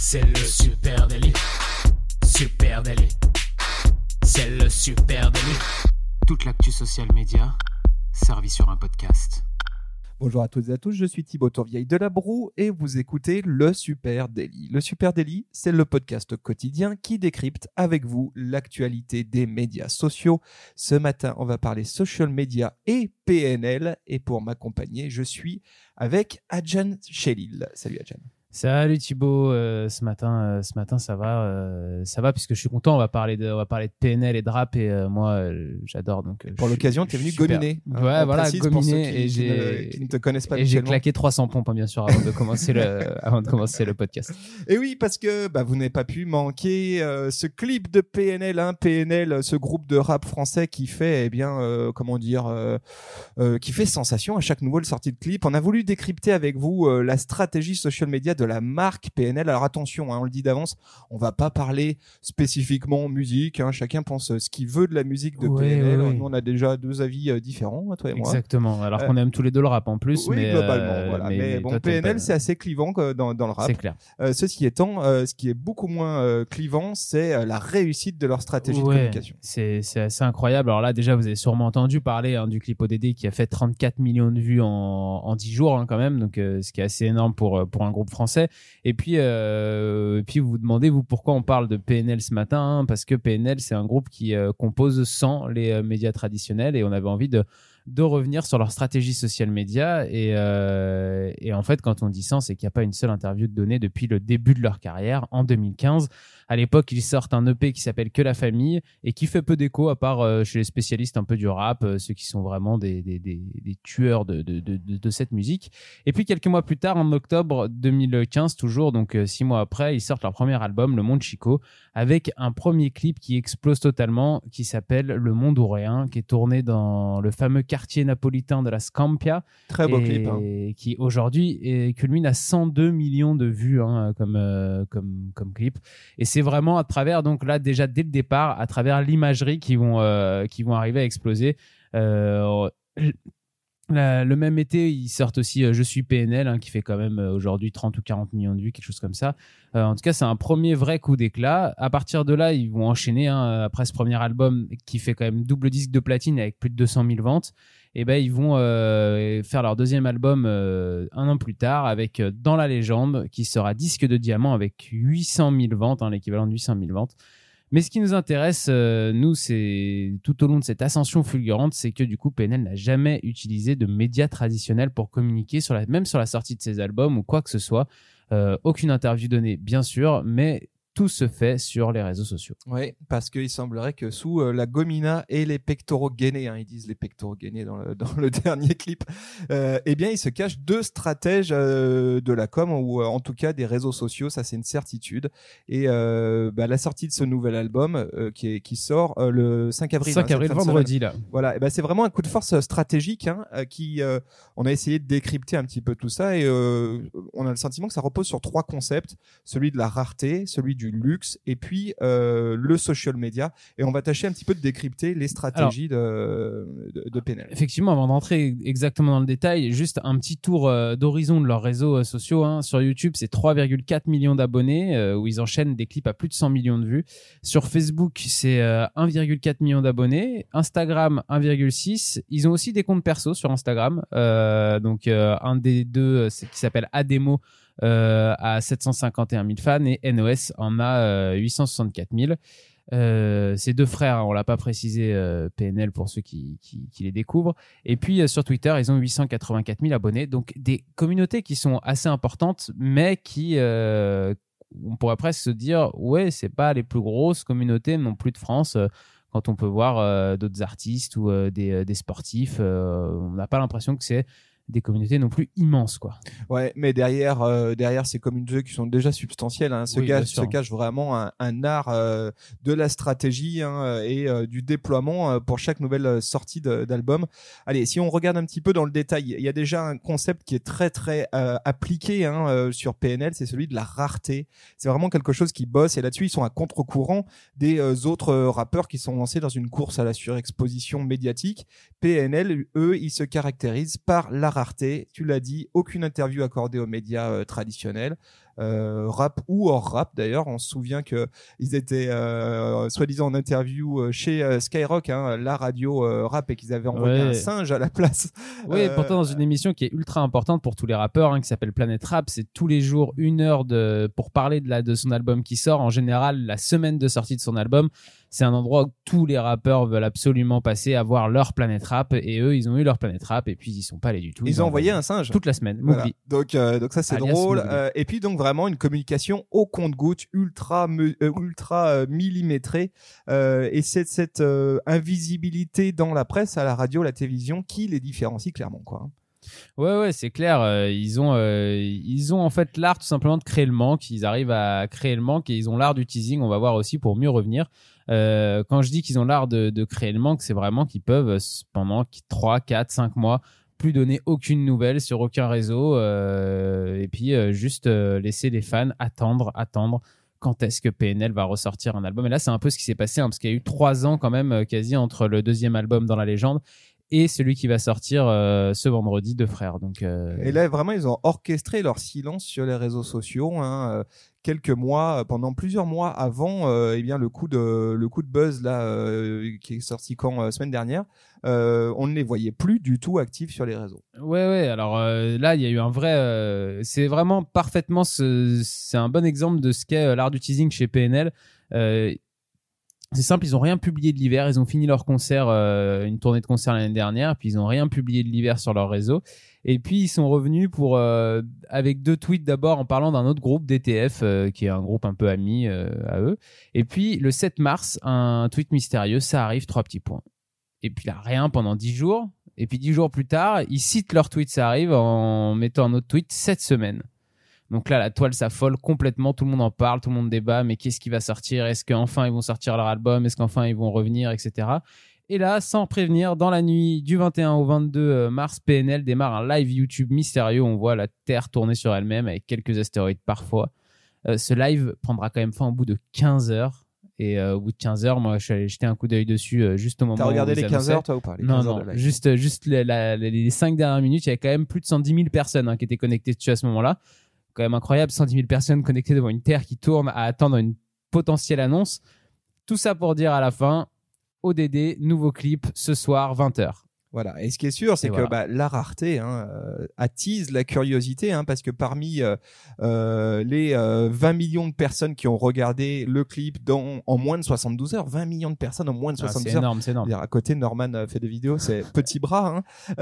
C'est le super délit. Super délit. C'est le super délit. Toute l'actu social média servie sur un podcast. Bonjour à toutes et à tous, je suis Thibaut Tourvieille de La Broue et vous écoutez le Super Daily. Le Super Daily, c'est le podcast quotidien qui décrypte avec vous l'actualité des médias sociaux. Ce matin, on va parler social media et PNL et pour m'accompagner, je suis avec Adjan Chelil. Salut Adjan. Salut Thibaut, ce matin ça va puisque je suis content. On va parler de PNL et de rap et moi j'adore donc. Pour l'occasion, t'es venu gominer. Ouais, voilà, gominer et qui ne te connaissent pas. Et j'ai claqué 300 pompes, bien sûr, avant de commencer le podcast. Et oui, parce que vous n'avez pas pu manquer ce clip de PNL, PNL, ce groupe de rap français qui fait, qui fait sensation à chaque nouvelle sortie de clip. On a voulu décrypter avec vous la stratégie social media de la marque PNL. Alors attention, on le dit d'avance, on va pas parler spécifiquement musique. Chacun pense ce qu'il veut de la musique de PNL. Oui. Nous, on a déjà deux avis différents, toi et moi. Exactement. Alors qu'on aime tous les deux le rap en plus. Oui, mais globalement. Voilà. Mais bon, PNL, c'est assez clivant dans le rap. C'est clair. Ceci étant, ce qui est beaucoup moins clivant, c'est la réussite de leur stratégie de communication. C'est assez incroyable. Alors là, déjà, vous avez sûrement entendu parler du clip ODD qui a fait 34 millions de vues en 10 jours quand même. Donc, ce qui est assez énorme pour un groupe français. Et puis vous vous demandez pourquoi on parle de PNL ce matin, parce que PNL c'est un groupe qui compose sans les médias traditionnels et on avait envie de revenir sur leur stratégie social média et en fait quand on dit sans, c'est qu'il n'y a pas une seule interview de donnée depuis le début de leur carrière en 2015. À l'époque, ils sortent un EP qui s'appelle Que la famille et qui fait peu d'écho à part chez les spécialistes un peu du rap, ceux qui sont vraiment des tueurs de cette musique. Et puis quelques mois plus tard, en octobre 2015 toujours, donc 6 mois après, ils sortent leur premier album, Le Monde Chico, avec un premier clip qui explose totalement, qui s'appelle Le Monde ou Rien, qui est tourné dans le fameux quartier napolitain de la Scampia. Très beau clip. Qui aujourd'hui culmine à 102 millions de vues comme clip. Et c'est vraiment à travers, donc là déjà dès le départ, à travers l'imagerie qui vont arriver à exploser. Le même été, ils sortent aussi Je suis PNL, qui fait quand même aujourd'hui 30 ou 40 millions de vues, quelque chose comme ça. En tout cas, c'est un premier vrai coup d'éclat. À partir de là, ils vont enchaîner après ce premier album qui fait quand même double disque de platine avec plus de 200 000 ventes. Et ils vont faire leur deuxième album un an plus tard avec Dans la légende, qui sera disque de diamant avec 800 000 ventes, l'équivalent de 800 000 ventes. Mais ce qui nous intéresse, nous, c'est tout au long de cette ascension fulgurante, c'est que du coup, PNL n'a jamais utilisé de médias traditionnels pour communiquer, même sur la sortie de ses albums ou quoi que ce soit. Aucune interview donnée, bien sûr, mais tout se fait sur les réseaux sociaux. Oui, parce qu'il semblerait que sous la gomina et les pectoraux gainés, ils disent les pectoraux gainés dans le dernier clip, il se cache deux stratèges de la com ou en tout cas des réseaux sociaux, ça c'est une certitude. Et la sortie de ce nouvel album qui sort le 5 avril. 5 avril, vendredi là. Voilà, et c'est vraiment un coup de force stratégique qui on a essayé de décrypter un petit peu tout ça et on a le sentiment que ça repose sur trois concepts, celui de la rareté, celui du luxe et puis le social media, et on va tâcher un petit peu de décrypter les stratégies de PNL. Effectivement, avant d'entrer exactement dans le détail, juste un petit tour d'horizon de leurs réseaux sociaux. Sur YouTube, c'est 3,4 millions d'abonnés où ils enchaînent des clips à plus de 100 millions de vues. Sur Facebook, c'est 1,4 million d'abonnés. Instagram, 1,6. Ils ont aussi des comptes perso sur Instagram. Donc un des deux qui s'appelle Ademo à 751 000 fans et NOS en a 864 000. Ces deux frères, on l'a pas précisé, PNL pour ceux qui les découvrent. Et puis sur Twitter, ils ont 884 000 abonnés. Donc des communautés qui sont assez importantes, mais qui on pourrait presque se dire ouais, c'est pas les plus grosses communautés non plus de France. Quand on peut voir d'autres artistes ou des sportifs, on n'a pas l'impression que c'est des communautés non plus immenses, quoi. Ouais, mais derrière ces communautés qui sont déjà substantielles, se cache vraiment un art de la stratégie et du déploiement pour chaque nouvelle sortie d'album. Allez, si on regarde un petit peu dans le détail, il y a déjà un concept qui est très très appliqué sur PNL, c'est celui de la rareté. C'est vraiment quelque chose qui bosse, et là-dessus ils sont à contre-courant des autres rappeurs qui sont lancés dans une course à la surexposition médiatique. PNL, eux, ils se caractérisent par la rareté. Tu l'as dit, aucune interview accordée aux médias traditionnels. rap ou hors rap d'ailleurs. On se souvient que ils étaient soi-disant en interview chez Skyrock, la radio rap, et qu'ils avaient envoyé un singe à la place. Oui, pourtant dans une émission qui est ultra importante pour tous les rappeurs, qui s'appelle Planète Rap, c'est tous les jours 1 heure pour parler de son album qui sort. En général, la semaine de sortie de son album, c'est un endroit où tous les rappeurs veulent absolument passer à voir leur Planète Rap, et eux, ils ont eu leur Planète Rap, et puis ils y sont pas allés du tout. Ils ont envoyé un singe toute la semaine. Voilà. Donc ça c'est drôle. Et puis donc vraiment une communication au compte-gouttes, ultra millimétrée, et c'est cette invisibilité dans la presse, à la radio, la télévision qui les différencie clairement, quoi. Ouais, c'est clair. Ils ont en fait l'art tout simplement de créer le manque. Ils arrivent à créer le manque, et ils ont l'art du teasing. On va voir aussi pour mieux revenir. Quand je dis qu'ils ont l'art de créer le manque, c'est vraiment qu'ils peuvent pendant 3, 4, 5 mois plus donner aucune nouvelle sur aucun réseau, et puis juste laisser les fans attendre quand est-ce que PNL va ressortir un album. Et là, c'est un peu ce qui s'est passé, parce qu'il y a eu 3 ans quand même quasi entre le deuxième album dans la légende et celui qui va sortir ce vendredi de Frères. Donc, Et là, vraiment, ils ont orchestré leur silence sur les réseaux sociaux, quelques mois, pendant plusieurs mois avant le coup de buzz là, qui est sorti semaine dernière. On ne les voyait plus du tout actifs sur les réseaux. Ouais. Alors là, il y a eu un vrai. C'est vraiment parfaitement. C'est un bon exemple de ce qu'est l'art du teasing chez PNL. C'est simple, ils ont rien publié de l'hiver. Ils ont fini leur concert, une tournée de concert l'année dernière, puis ils ont rien publié de l'hiver sur leur réseau. Et puis ils sont revenus avec 2 tweets, d'abord en parlant d'un autre groupe, DTF, qui est un groupe un peu ami à eux. Et puis le 7 mars, un tweet mystérieux, ça arrive, 3 petits points. Et puis là, rien pendant 10 jours. Et puis 10 jours plus tard, ils citent leur tweet, ça arrive, en mettant un autre tweet, 7 semaines. Donc là, la toile s'affole complètement, tout le monde en parle, tout le monde débat, mais qu'est-ce qui va sortir? Est-ce qu'enfin ils vont sortir leur album? Est-ce qu'enfin ils vont revenir, etc. Et là, sans prévenir, dans la nuit du 21 au 22 mars, PNL démarre un live YouTube mystérieux. On voit la Terre tourner sur elle-même avec quelques astéroïdes parfois. Ce live prendra quand même fin au bout de 15 heures. Et au bout de 15 heures, moi, je suis allé jeter un coup d'œil dessus juste au moment où t'as regardé les 15 heures, toi, ou pas? Non, juste les 5 dernières minutes. Il y avait quand même plus de 110 000 personnes qui étaient connectées dessus à ce moment-là. Quand même incroyable, 110 000 personnes connectées devant une Terre qui tourne à attendre une potentielle annonce. Tout ça pour dire à la fin, ODD, nouveau clip, ce soir, 20h. Voilà. Et ce qui est sûr, c'est que la rareté attise la curiosité, parce que parmi les 20 millions de personnes qui ont regardé le clip en moins de 72 heures, 20 millions de personnes en moins de 72 heures. C'est énorme. À côté, Norman fait des vidéos, c'est petit bras.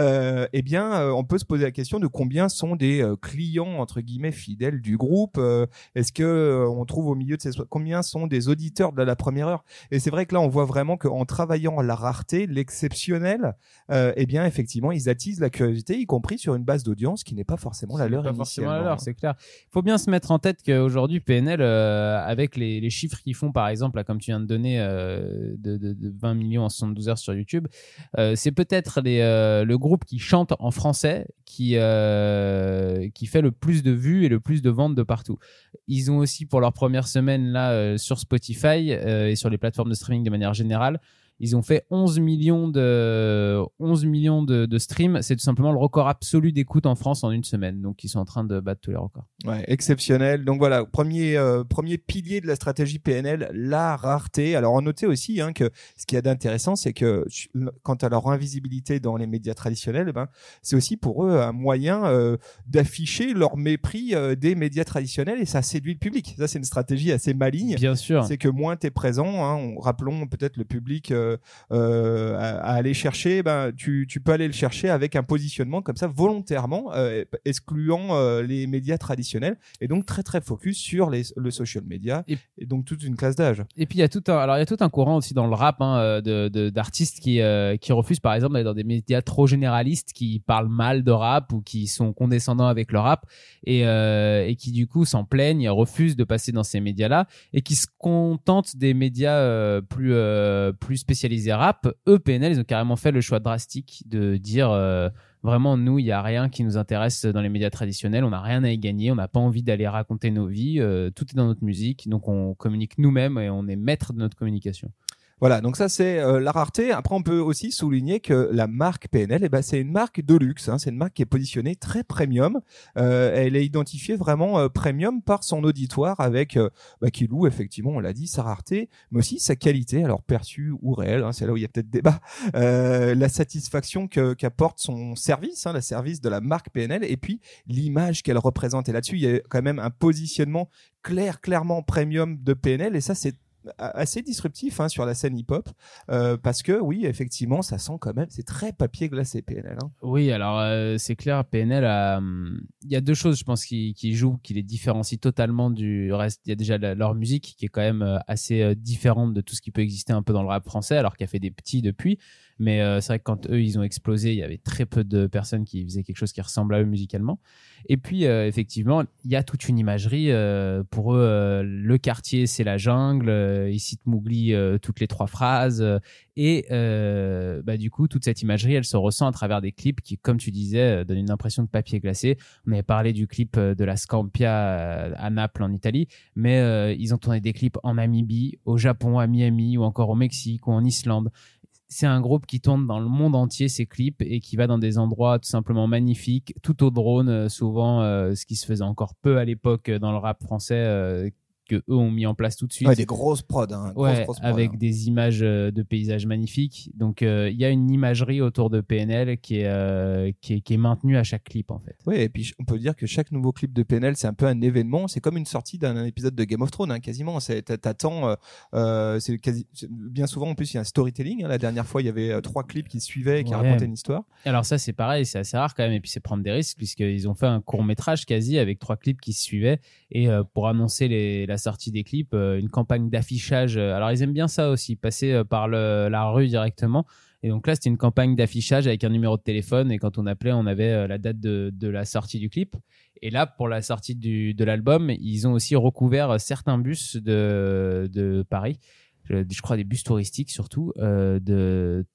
On peut se poser la question de combien sont des clients entre guillemets fidèles du groupe. Est-ce que on trouve au milieu de combien sont des auditeurs de la première heure? Et c'est vrai que là, on voit vraiment qu'en travaillant la rareté, l'exceptionnel. Effectivement, ils attisent la curiosité, y compris sur une base d'audience qui n'est pas forcément la leur initialement. C'est clair. Il faut bien se mettre en tête qu'aujourd'hui, PNL, avec les chiffres qu'ils font, par exemple, là, comme tu viens de donner, de 20 millions en 72 heures sur YouTube, c'est peut-être le groupe qui chante en français qui fait le plus de vues et le plus de ventes de partout. Ils ont aussi, pour leur première semaine là, sur Spotify et sur les plateformes de streaming de manière générale, ils ont fait 11 millions de streams. C'est tout simplement le record absolu d'écoute en France en une semaine. Donc, ils sont en train de battre tous les records. Ouais, exceptionnel. Donc voilà, premier pilier de la stratégie PNL, la rareté. Alors, on notait aussi que ce qui est d'intéressant, c'est que quant à leur invisibilité dans les médias traditionnels, c'est aussi pour eux un moyen d'afficher leur mépris des médias traditionnels, et ça séduit le public. Ça, c'est une stratégie assez maligne. Bien sûr. C'est que moins t'es présent, rappelons peut-être le public à aller chercher, tu peux aller le chercher avec un positionnement comme ça volontairement excluant les médias traditionnels, et donc très très focus sur le social media, et donc toute une classe d'âge. Et puis il y a tout un courant aussi dans le rap d'artistes qui refusent par exemple d'aller dans des médias trop généralistes, qui parlent mal de rap ou qui sont condescendants avec le rap, et qui du coup s'en plaignent, refusent de passer dans ces médias-là, et qui se contentent des médias plus spécialisés rap. Eux, PNL, ils ont carrément fait le choix drastique de dire vraiment, nous, il n'y a rien qui nous intéresse dans les médias traditionnels, on n'a rien à y gagner, on n'a pas envie d'aller raconter nos vies, tout est dans notre musique, donc on communique nous-mêmes et on est maître de notre communication. Voilà, donc ça c'est la rareté. Après, on peut aussi souligner que la marque PNL, c'est une marque de luxe. C'est une marque qui est positionnée très premium. Elle est identifiée vraiment premium par son auditoire avec qui loue effectivement, on l'a dit, sa rareté, mais aussi sa qualité, alors perçue ou réelle. C'est là où il y a peut-être débat. La satisfaction qu'apporte son service, la service de la marque PNL, et puis l'image qu'elle représente. Et là-dessus, il y a quand même un positionnement clairement premium de PNL, et ça c'est assez disruptif sur la scène hip-hop parce que oui, effectivement, ça sent quand même, c'est très papier glacé PNL. Oui, alors c'est clair, PNL il y a deux choses, je pense, qui jouent, qui les différencient totalement du reste. Il y a déjà leur musique qui est quand même assez différente de tout ce qui peut exister un peu dans le rap français, alors qu'il y a fait des petits depuis. Mais c'est vrai que quand eux, ils ont explosé, il y avait très peu de personnes qui faisaient quelque chose qui ressemble à eux musicalement. Et puis, effectivement, il y a toute une imagerie. Pour eux, le quartier, c'est la jungle. Ils citent Mowgli toutes les 3 phrases. Et du coup, toute cette imagerie, elle se ressent à travers des clips qui, comme tu disais, donnent une impression de papier glacé. On avait parlé du clip de la Scampia à Naples, en Italie. Mais ils ont tourné des clips en Namibie, au Japon, à Miami, ou encore au Mexique, ou en Islande. C'est un groupe qui tourne dans le monde entier ses clips et qui va dans des endroits tout simplement magnifiques, tout au drone, souvent ce qui se faisait encore peu à l'époque dans le rap français, que eux ont mis en place tout de suite. Ouais, des grosses prods, grosses prods, avec des images de paysages magnifiques. Donc il y a une imagerie autour de PNL qui est maintenue à chaque clip en fait. Oui, et puis on peut dire que chaque nouveau clip de PNL, c'est un peu un événement. C'est comme une sortie d'un épisode de Game of Thrones, quasiment. T'attends, bien souvent en plus il y a un storytelling. La dernière fois il y avait 3 clips qui suivaient et qui racontaient une histoire. Alors ça c'est pareil, c'est assez rare quand même, et puis c'est prendre des risques puisqu'ils ont fait un court-métrage quasi avec 3 clips qui se suivaient, et pour annoncer la sortie des clips, une campagne d'affichage. Alors ils aiment bien ça aussi, passer par la rue directement. Et donc là, c'était une campagne d'affichage avec un numéro de téléphone, et quand on appelait, on avait la date de la sortie du clip. Et là, pour la sortie de l'album, ils ont aussi recouvert certains bus de Paris, je crois des bus touristiques surtout, de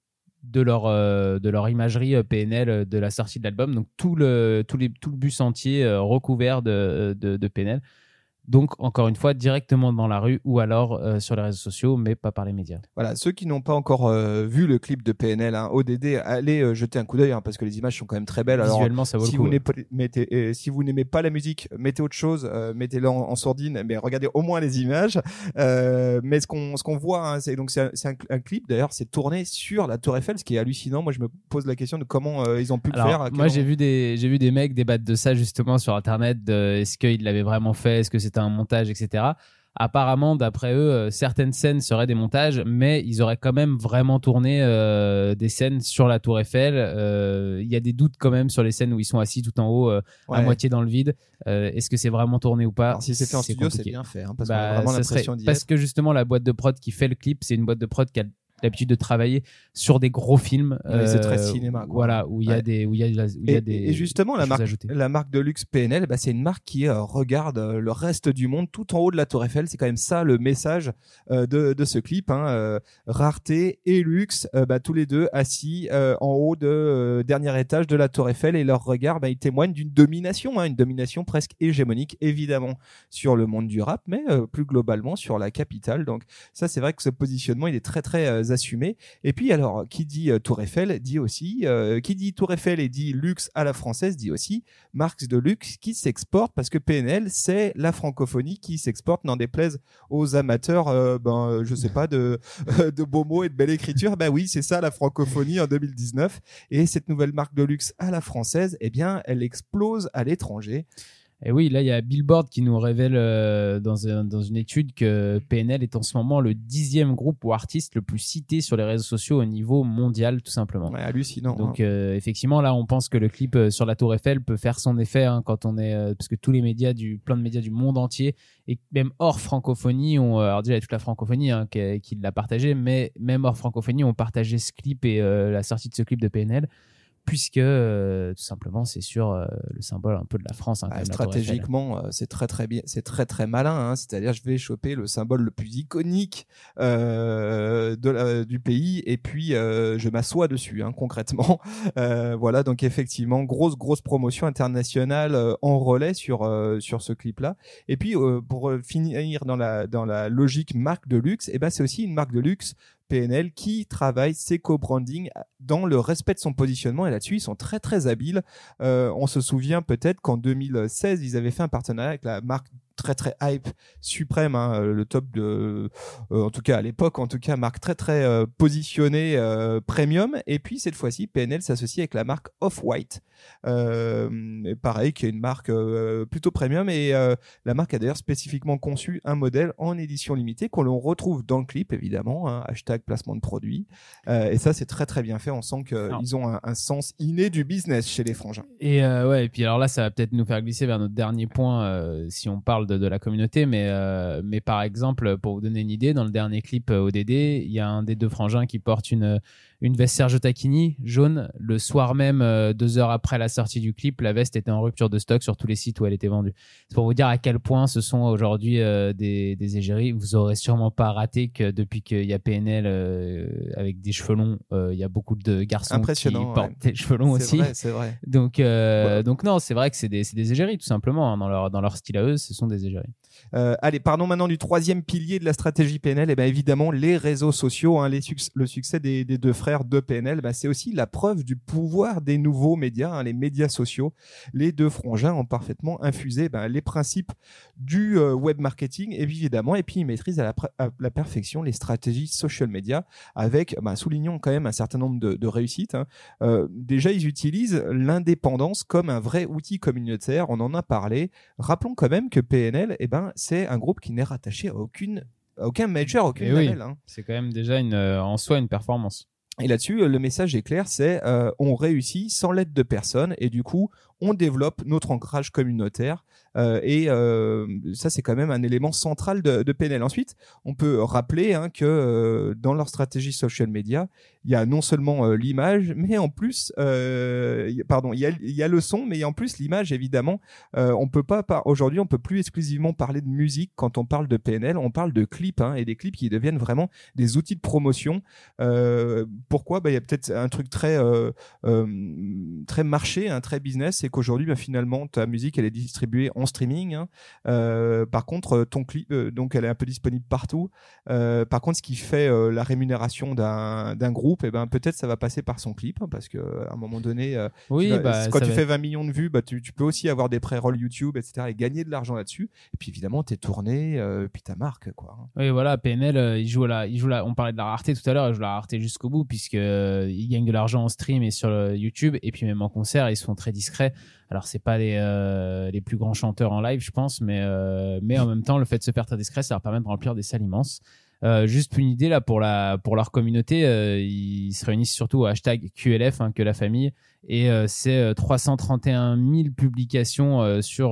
leur imagerie PNL de la sortie de l'album. Donc tout le bus entier recouvert de PNL. Donc, encore une fois, directement dans la rue ou alors sur les réseaux sociaux, mais pas par les médias. Voilà, ceux qui n'ont pas encore vu le clip de PNL, ODD, allez jeter un coup d'œil parce que les images sont quand même très belles. Visuellement, ça vaut le coup. Si vous n'aimez pas la musique, mettez autre chose, mettez-le en sourdine, mais regardez au moins les images. Mais ce qu'on voit, c'est un clip, d'ailleurs, c'est tourné sur la Tour Eiffel, ce qui est hallucinant. Moi, je me pose la question de comment ils ont pu le faire. Moi, j'ai vu des mecs débattre de ça justement sur Internet. Est-ce qu'ils l'avaient vraiment fait? Est-ce que c'était un montage, etc. Apparemment, d'après eux, certaines scènes seraient des montages, mais ils auraient quand même vraiment tourné des scènes sur la Tour Eiffel. Il y a des doutes quand même sur les scènes où ils sont assis tout en haut, à moitié dans le vide. Est-ce que c'est vraiment tourné ou pas? Alors, si c'est fait en studio, compliqué. c'est bien fait, parce qu'on a vraiment l'impression d'y être. Parce que justement, la boîte de prod qui fait le clip, c'est une boîte de prod qui a l'habitude de travailler sur des gros films, c'est très cinéma, quoi. Voilà, où il y a des et justement la marque de luxe PNL, c'est une marque qui regarde le reste du monde tout en haut de la Tour Eiffel. C'est quand même ça le message de ce clip, rareté et luxe, tous les deux assis en haut de dernier étage de la Tour Eiffel, et leur regard ils témoignent d'une domination, une domination presque hégémonique, évidemment sur le monde du rap, mais plus globalement sur la capitale. Donc ça, c'est vrai que ce positionnement, il est très très assumé. Et puis alors, qui dit Tour Eiffel dit aussi, qui dit Tour Eiffel et dit luxe à la française dit aussi marques de luxe qui s'exportent, parce que PNL, c'est la francophonie qui s'exporte, n'en déplaise aux amateurs, je sais pas, de beaux mots et de belle écriture. Oui, c'est ça la francophonie en 2019. Et cette nouvelle marque de luxe à la française, elle explose à l'étranger. Et oui, là, il y a Billboard qui nous révèle dans une étude que PNL est en ce moment le 10e groupe ou artiste le plus cité sur les réseaux sociaux au niveau mondial, tout simplement. Ouais, hallucinant. Donc, effectivement, là, on pense que le clip sur la Tour Eiffel peut faire son effet quand on est... parce que tous les médias, plein de médias du monde entier, et même hors francophonie, alors déjà, il y a toute la francophonie qui l'a partagé, mais même hors francophonie, ont partagé ce clip et la sortie de ce clip de PNL. Puisque tout simplement c'est sur le symbole un peu de la France. Stratégiquement, c'est très très bien, c'est très très malin. C'est-à-dire, je vais choper le symbole le plus iconique du pays, et puis je m'assois dessus, concrètement. Voilà, donc effectivement, grosse promotion internationale en relais sur ce clip-là. Et puis pour finir dans la logique marque de luxe, c'est aussi une marque de luxe PNL qui travaille ses co-branding dans le respect de son positionnement, et là-dessus ils sont très très habiles. On se souvient peut-être qu'en 2016 ils avaient fait un partenariat avec la marque très très hype Suprême, le top de en tout cas à l'époque, en tout cas marque très très positionnée premium, et puis cette fois-ci PNL s'associe avec la marque Off-White, pareil, qui est une marque plutôt premium, et la marque a d'ailleurs spécifiquement conçu un modèle en édition limitée qu'on retrouve dans le clip évidemment, hashtag placement de produit, et ça c'est très très bien fait. On sent qu'ils ont un sens inné du business chez les frangins. Et ouais, et puis alors là ça va peut-être nous faire glisser vers notre dernier point si on parle de la communauté, mais par exemple, pour vous donner une idée, dans le dernier clip ODD, il y a un des deux frangins qui porte une veste Sergio Tacchini jaune. Le soir même, 2 heures après la sortie du clip, la veste était en rupture de stock sur tous les sites où elle était vendue. C'est pour vous dire à quel point ce sont aujourd'hui des égéries. Vous aurez sûrement pas raté que depuis qu'il y a PNL avec des cheveux longs, il y a beaucoup de garçons qui portent des cheveux longs aussi. C'est vrai. Donc non, c'est vrai que c'est des égéries tout simplement, dans leur style à eux, ce sont des égéries. Allez, parlons maintenant du troisième pilier de la stratégie PNL, et bien évidemment les réseaux sociaux, le succès des deux frères de PNL, c'est aussi la preuve du pouvoir des nouveaux médias, les médias sociaux. Les deux frangins ont parfaitement infusé les principes du web marketing évidemment, et puis ils maîtrisent à la perfection les stratégies social media avec, soulignons quand même un certain nombre de réussites. Déjà ils utilisent l'indépendance comme un vrai outil communautaire, on en a parlé. Rappelons quand même que PNL, c'est un groupe qui n'est rattaché à aucun major, aucun label. C'est quand même déjà en soi une performance. Et là-dessus, le message est clair, c'est on réussit sans l'aide de personne, et du coup, on développe notre ancrage communautaire, et ça, c'est quand même un élément central de PNL. Ensuite, on peut rappeler que dans leur stratégie social media, il y a non seulement l'image, mais en plus, il y a le son, mais en plus l'image, évidemment. Aujourd'hui, on peut plus exclusivement parler de musique quand on parle de PNL, on parle de clips, et des clips qui deviennent vraiment des outils de promotion. Pourquoi ? Il y a peut-être un truc très marché, très business, c'est qu'aujourd'hui, finalement, ta musique, elle est distribuée en streaming. Par contre, ton clip, donc, elle est un peu disponible partout. Par contre, ce qui fait la rémunération d'un groupe, peut-être ça va passer par son clip, parce que à un moment donné, quand tu fais 20 millions de vues, tu peux aussi avoir des pré-rolls YouTube, etc., et gagner de l'argent là-dessus. Et puis évidemment, t'es tourné, puis ta marque, quoi. Oui, voilà, PNL, il joue on parlait de la rareté tout à l'heure, il joue la rareté jusqu'au bout, puisque ils gagnent de l'argent en stream et sur YouTube, et puis même en concert, ils sont très discrets. Alors c'est pas les plus grands chanteurs en live, je pense, mais en même temps, le fait de se faire très discret, ça leur permet de remplir des salles immenses. Juste une idée là pour leur communauté, ils se réunissent surtout au hashtag QLF, que la famille, et c'est 331 000 publications sur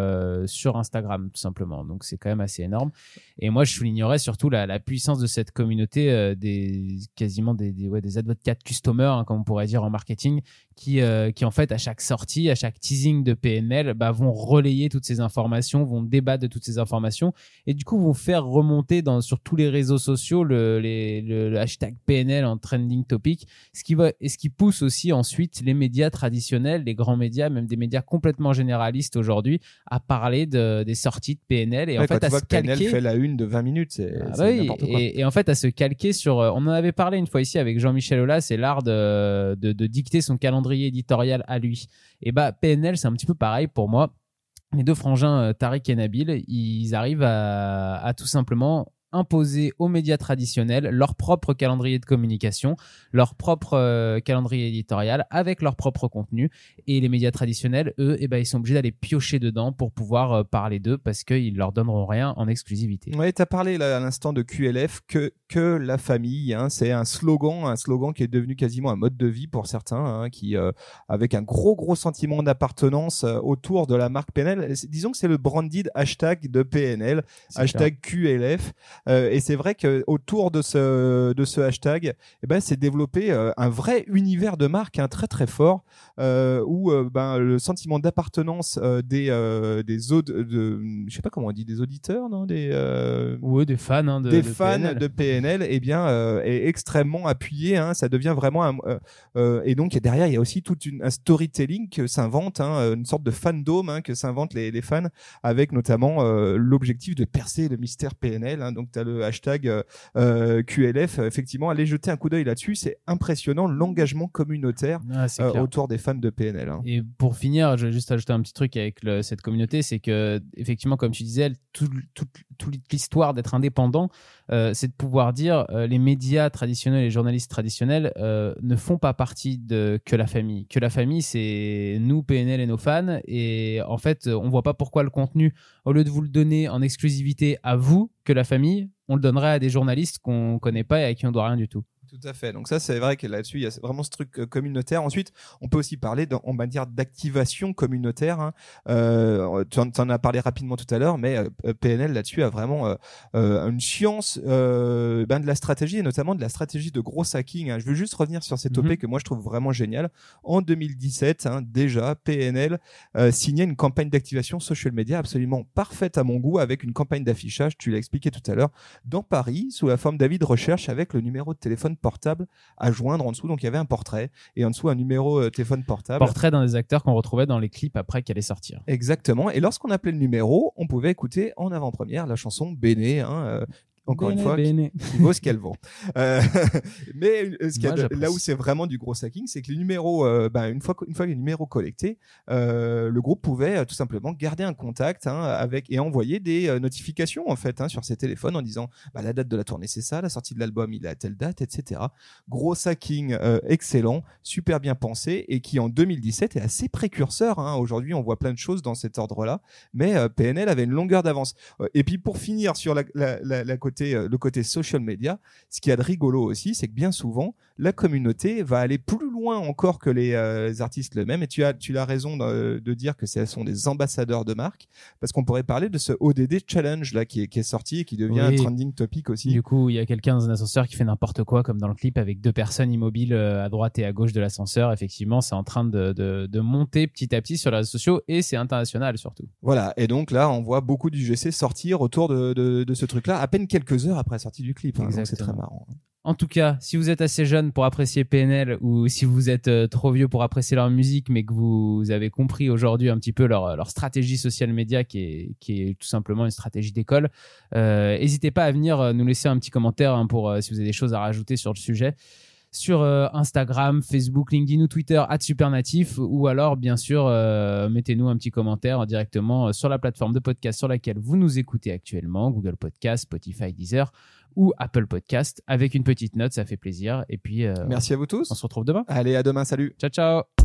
Instagram tout simplement, donc c'est quand même assez énorme. Et moi je soulignerais surtout la puissance de cette communauté, quasiment des advocate customers, comme on pourrait dire en marketing, qui en fait à chaque sortie, à chaque teasing de PNL, vont relayer toutes ces informations, vont débattre de toutes ces informations, et du coup vont faire remonter sur tous les réseaux sociaux le hashtag PNL en trending topic, ce qui pousse aussi ensuite les médias traditionnels, les grands médias, même des médias complètement généralistes aujourd'hui, à parler des sorties de PNL, et en fait à se calquer. PNL fait la une de 20 minutes, c'est n'importe quoi. Et en fait à se calquer sur, on en avait parlé une fois ici avec Jean-Michel Aulas, c'est l'art de dicter son calendrier éditorial à lui. Et PNL, c'est un petit peu pareil pour moi. Les deux frangins Tariq et Nabil, ils arrivent à tout simplement imposer aux médias traditionnels leur propre calendrier de communication, leur propre calendrier éditorial avec leur propre contenu, et les médias traditionnels, eux, ils sont obligés d'aller piocher dedans pour pouvoir parler d'eux, parce qu'ils leur donneront rien en exclusivité. Ouais, t'as parlé là, à l'instant de QLF, que la famille, c'est un slogan qui est devenu quasiment un mode de vie pour certains, qui avec un gros sentiment d'appartenance autour de la marque PNL. Disons que c'est le branded hashtag de PNL, hashtag QLF. Et c'est vrai que autour de ce hashtag, c'est développé un vrai univers de marque, très très fort, où le sentiment d'appartenance je sais pas comment on dit, des auditeurs, non, des fans, des fans de PNL, est extrêmement appuyé, ça devient vraiment et donc derrière il y a aussi tout un storytelling que s'invente, une sorte de fandom que s'inventent les fans, avec notamment l'objectif de percer le mystère PNL, donc donc tu as le hashtag QLF. Effectivement, allez jeter un coup d'œil là-dessus. C'est impressionnant l'engagement communautaire autour des fans de PNL. Hein. Et pour finir, je vais juste ajouter un petit truc avec cette communauté, c'est que effectivement, comme tu disais, toute l'histoire d'être indépendant, c'est de pouvoir dire les médias traditionnels, les journalistes traditionnels ne font pas partie de Que la famille. Que la famille, c'est nous, PNL et nos fans. Et en fait, on voit pas pourquoi le contenu, au lieu de vous le donner en exclusivité à vous, Que la famille, on le donnerait à des journalistes qu'on connaît pas et à qui on doit rien du tout. Tout à fait. Donc ça, c'est vrai que là-dessus, il y a vraiment ce truc communautaire. Ensuite, on peut aussi parler en matière d'activation communautaire. Hein. Tu en as parlé rapidement tout à l'heure, mais PNL là-dessus a vraiment une science de la stratégie et notamment de la stratégie de gros hacking. Hein. Je veux juste revenir sur cette OP que moi je trouve vraiment géniale. En 2017, déjà, PNL signait une campagne d'activation social media absolument parfaite à mon goût, avec une campagne d'affichage, tu l'as expliqué tout à l'heure, dans Paris, sous la forme d'avis de recherche avec le numéro de téléphone portable à joindre en dessous. Donc il y avait un portrait et en dessous un numéro téléphone portable. Portrait d'un des acteurs qu'on retrouvait dans les clips après qu'elle allait sortir. Exactement. Et lorsqu'on appelait le numéro, on pouvait écouter en avant-première la chanson Béné. Encore une fois, qui vaut ce qu'elle vaut. Mais là où c'est vraiment du gros hacking, c'est que les numéros, une fois les numéros collectés, le groupe pouvait tout simplement garder un contact avec et envoyer des notifications en fait sur ses téléphones en disant la date de la tournée c'est ça, la sortie de l'album il est à telle date, etc. Gros hacking excellent, super bien pensé et qui en 2017 est assez précurseur. Aujourd'hui on voit plein de choses dans cet ordre-là, mais PNL avait une longueur d'avance. Et puis pour finir sur le côté social media, ce qu'il y a de rigolo aussi, c'est que bien souvent, la communauté va aller plus loin encore que les artistes eux-mêmes. Et tu as raison de dire que ce sont des ambassadeurs de marque, parce qu'on pourrait parler de ce ODD Challenge là qui est sorti et qui devient un trending topic aussi. Du coup, il y a quelqu'un dans un ascenseur qui fait n'importe quoi, comme dans le clip, avec 2 personnes immobiles à droite et à gauche de l'ascenseur. Effectivement, c'est en train de monter petit à petit sur les réseaux sociaux et c'est international surtout. Voilà. Et donc là, on voit beaucoup d'UGC sortir autour de ce truc-là, à peine quelques heures après la sortie du clip. Donc c'est très marrant. En tout cas, si vous êtes assez jeune pour apprécier PNL ou si vous êtes trop vieux pour apprécier leur musique, mais que vous avez compris aujourd'hui un petit peu leur stratégie social media qui est tout simplement une stratégie d'école, n'hésitez pas à venir nous laisser un petit commentaire pour si vous avez des choses à rajouter sur le sujet. Sur Instagram, Facebook, LinkedIn ou Twitter @supernatif, ou alors bien sûr mettez-nous un petit commentaire directement sur la plateforme de podcast sur laquelle vous nous écoutez actuellement, Google Podcast, Spotify, Deezer ou Apple Podcast, avec une petite note, ça fait plaisir. Et puis merci à vous tous. On se retrouve demain. Allez, à demain, salut. Ciao ciao.